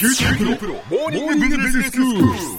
九州大学モーニングビジネススクール。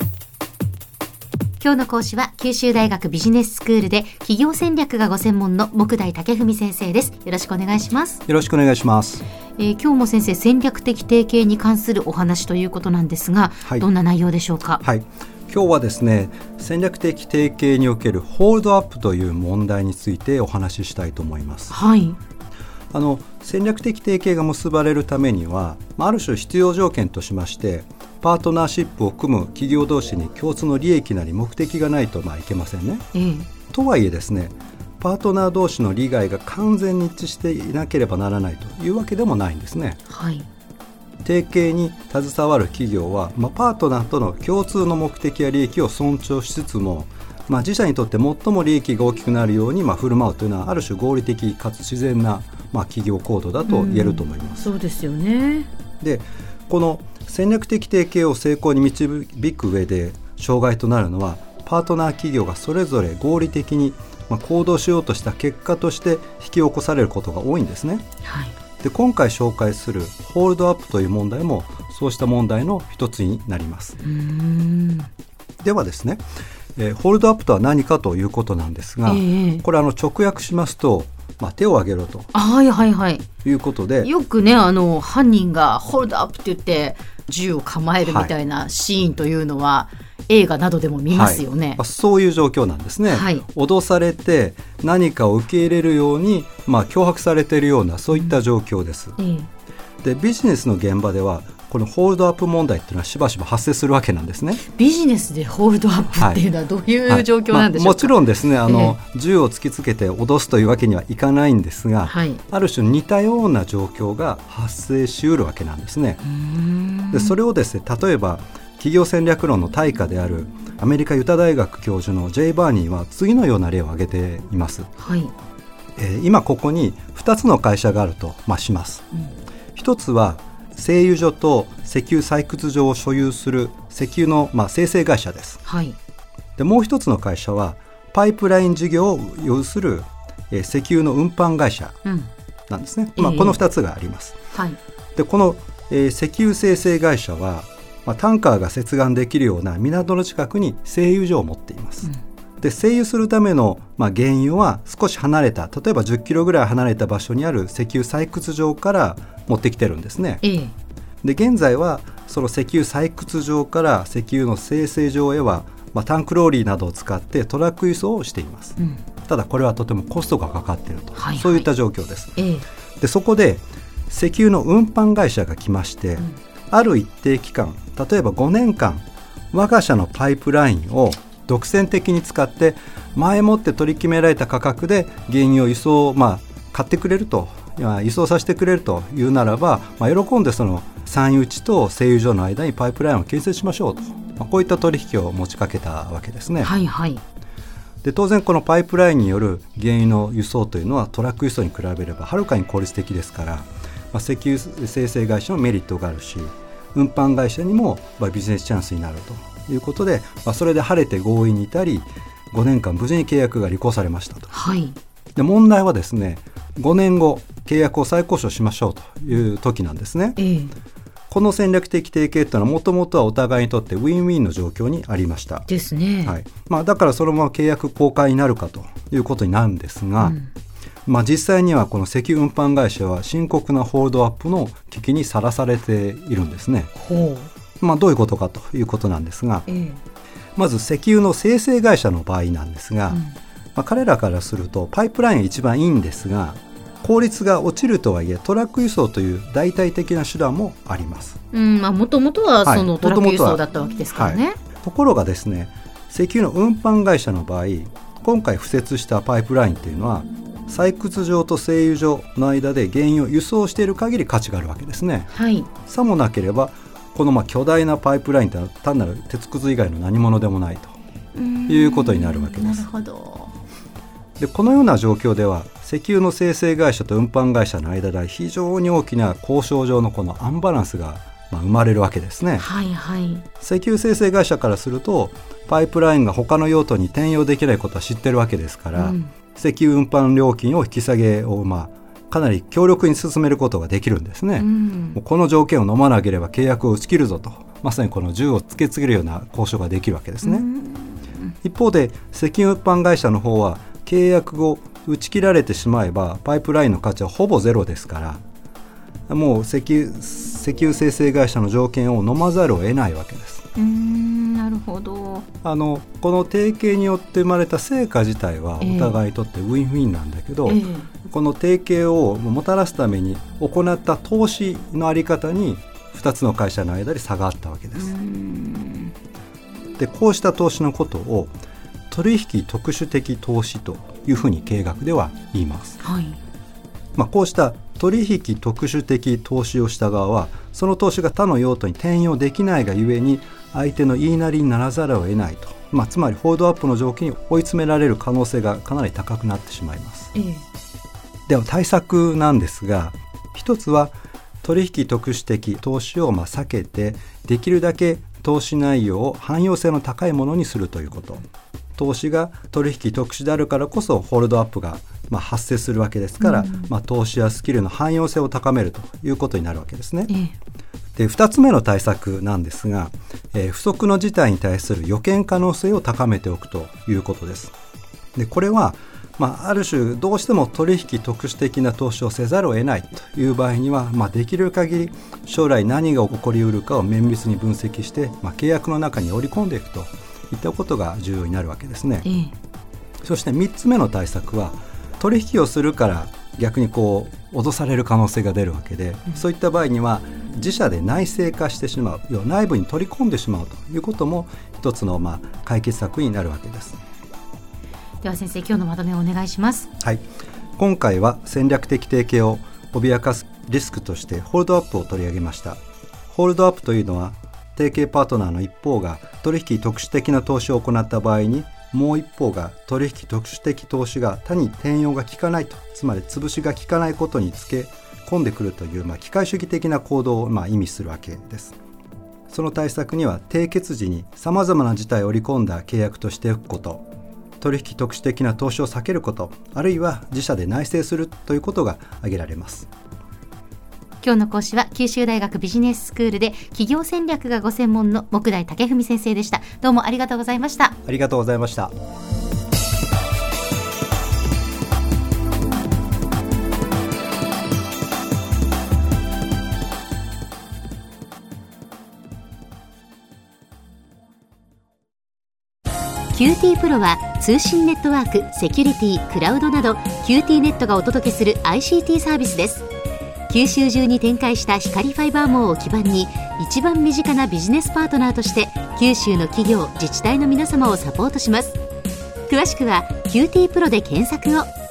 今日の講師は九州大学ビジネススクールで企業戦略がご専門の杢代武文先生です。よろしくお願いします。 よろしくお願いします。 今日も先生、戦略的提携に関するお話ということなんですが、はい、どんな内容でしょうか。 はい、今日はですね、戦略的提携におけるホールドアップという問題についてお話ししたいと思います。 はい、 戦略的提携が結ばれるためには、ある種必要条件としましてパートナーシップを組む企業同士に共通の利益なり目的がないといけませんね。とはいえですね、パートナー同士の利害が完全に一致していなければならないというわけでもないんですね。 はい、 提携に携わる企業は、パートナーとの共通の目的や利益を尊重しつつも、自社にとって最も利益が大きくなるように振る舞うというのはある種合理的かつ自然な企業行動だと言えると思います。 そうですよね。 で、この戦略的提携を成功に導く上で障害となるのは、パートナー企業がそれぞれ合理的に行動しようとした結果として引き起こされることが多いんですね。 はい、 で、今回紹介するホールドアップという問題もそうした問題の一つになります。ではですね、ホールドアップとは何かということなんですが、これ直訳しますと、手を挙げろということで、 よくね、犯人がホールドアップって言って銃を構えるみたいなシーンというのは、映画などでも見ますよね。 そういう状況なんですね。脅されて何かを受け入れるように、脅迫されているような、そういった状況です。で、ビジネスの現場ではこのホールドアップ問題っていうのはしばしば発生するわけなんですね。 ビジネスでホールドアップっていうのはどういう状況なんでしょうか。 もちろんですね、銃を突きつけて脅すというわけにはいかないんですが、ある種似たような状況が発生しうるわけなんですね。で、それをですね、例えば企業戦略論の大家であるアメリカユタ大学教授の J. バーニーは次のような例を挙げています。今ここに2つの会社があるとします。一つは製油所と石油採掘場を所有する石油の精製会社です。で、もう一つの会社はパイプライン事業を有する石油の運搬会社なんですね。この2つがあります。で、この石油精製会社はタンカーが接岸できるような港の近くに製油所を持っています。で、製油するための原油は少し離れた、例えば10キロぐらい離れた場所にある石油採掘場から持ってきてるんですね。で、現在はその石油採掘場から石油の精製場へは、タンクローリーなどを使ってトラック輸送をしています。ただこれはとてもコストがかかっていると、そういった状況です。で、そこで石油の運搬会社が来まして、ある一定期間、例えば5年間我が社のパイプラインを独占的に使って前もって取り決められた価格で原油を輸送、買ってくれると、輸送させてくれるというならば、喜んでその産油地と製油所の間にパイプラインを建設しましょうと、こういった取引を持ちかけたわけですね。で、当然このパイプラインによる原油の輸送というのはトラック輸送に比べればはるかに効率的ですから、石油精製会社のメリットがあるし、運搬会社にもビジネスチャンスになるということで、それで晴れて合意に至り5年間無事に契約が履行されましたと。で、問題はですね、5年後契約を再交渉しましょうという時なんですね。この戦略的提携というのはもともとはお互いにとってウィンウィンの状況にありましたですね。 だからそのまま契約更改になるかということになるんですが、実際にはこの石油運搬会社は深刻なホールドアップの危機にさらされているんですね。どういうことかということなんですが、まず石油の精製会社の場合なんですが、彼らからするとパイプラインが一番いいんですが、効率が落ちるとはいえトラック輸送という代替的な手段もあります。 もともとはそのトラック輸送だったわけですからね。 ところがですね、石油の運搬会社の場合、今回敷設したパイプラインというのは採掘場と製油所の間で原油を輸送している限り価値があるわけですね。さもなければこの巨大なパイプラインというのは単なる鉄くず以外の何物でもないということになるわけです。 なるほど。 で、このような状況では石油の精製会社と運搬会社の間で非常に大きな交渉上のこのアンバランスが生まれるわけですね。石油精製会社からするとパイプラインが他の用途に転用できないことは知ってるわけですから、石油運搬料金を引き下げをかなり強力に進めることができるんですね。もうこの条件を飲まなければ契約を打ち切るぞと、まさにこの銃をつけつけるような交渉ができるわけですね。一方で石油運搬会社の方は契約後打ち切られてしまえばパイプラインの価値はほぼゼロですから、もう石油精製会社の条件を飲まざるを得ないわけです。 なるほど。 この提携によって生まれた成果自体はお互いにとってウィンウィンなんだけど、この提携をもたらすために行った投資のあり方に2つの会社の間で差があったわけです。でこうした投資のことを取引特殊的投資というふうに経営学では言います。こうした取引特殊的投資をした側はその投資が他の用途に転用できないがゆえに相手の言いなりにならざるを得ないと、つまりホールドアップの条件に追い詰められる可能性がかなり高くなってしまいます。では対策なんですが、一つは取引特殊的投資を避けてできるだけ投資内容を汎用性の高いものにするということ。投資が取引特殊であるからこそホールドアップが発生するわけですから、投資やスキルの汎用性を高めるということになるわけですね。で2つ目の対策なんですが、不測の事態に対する予見可能性を高めておくということです。でこれは、ある種どうしても取引特殊的な投資をせざるを得ないという場合には、できる限り将来何が起こりうるかを綿密に分析して、契約の中に織り込んでいくといったことが重要になるわけですね。そして3つ目の対策は取引をするから逆に脅される可能性が出るわけで、そういった場合には自社で内製化してしまう、要は内部に取り込んでしまうということも一つの解決策になるわけです。 では先生、今日のまとめをお願いします。 今回は戦略的提携を脅かすリスクとしてホールドアップを取り上げました。ホールドアップというのは提携パートナーの一方が取引特殊的な投資を行った場合に、もう一方が取引特殊的投資が他に転用が効かないと、つまり潰しが効かないことにつけ込んでくるという、機械主義的な行動を意味するわけです。その対策には締結時にさまざまな事態を織り込んだ契約としておくこと、取引特殊的な投資を避けること、あるいは自社で内製するということが挙げられます。 今日の講師は九州大学ビジネススクールで企業戦略がご専門の杢代武文先生でした。どうもありがとうございました。 ありがとうございました。 QT プロは通信ネットワーク、セキュリティ、クラウドなど QT ネットがお届けする ICT サービスです。九州中に展開した光ファイバー網を基盤に一番身近なビジネスパートナーとして九州の企業、自治体の皆様をサポートします。詳しくは QT プロで検索を。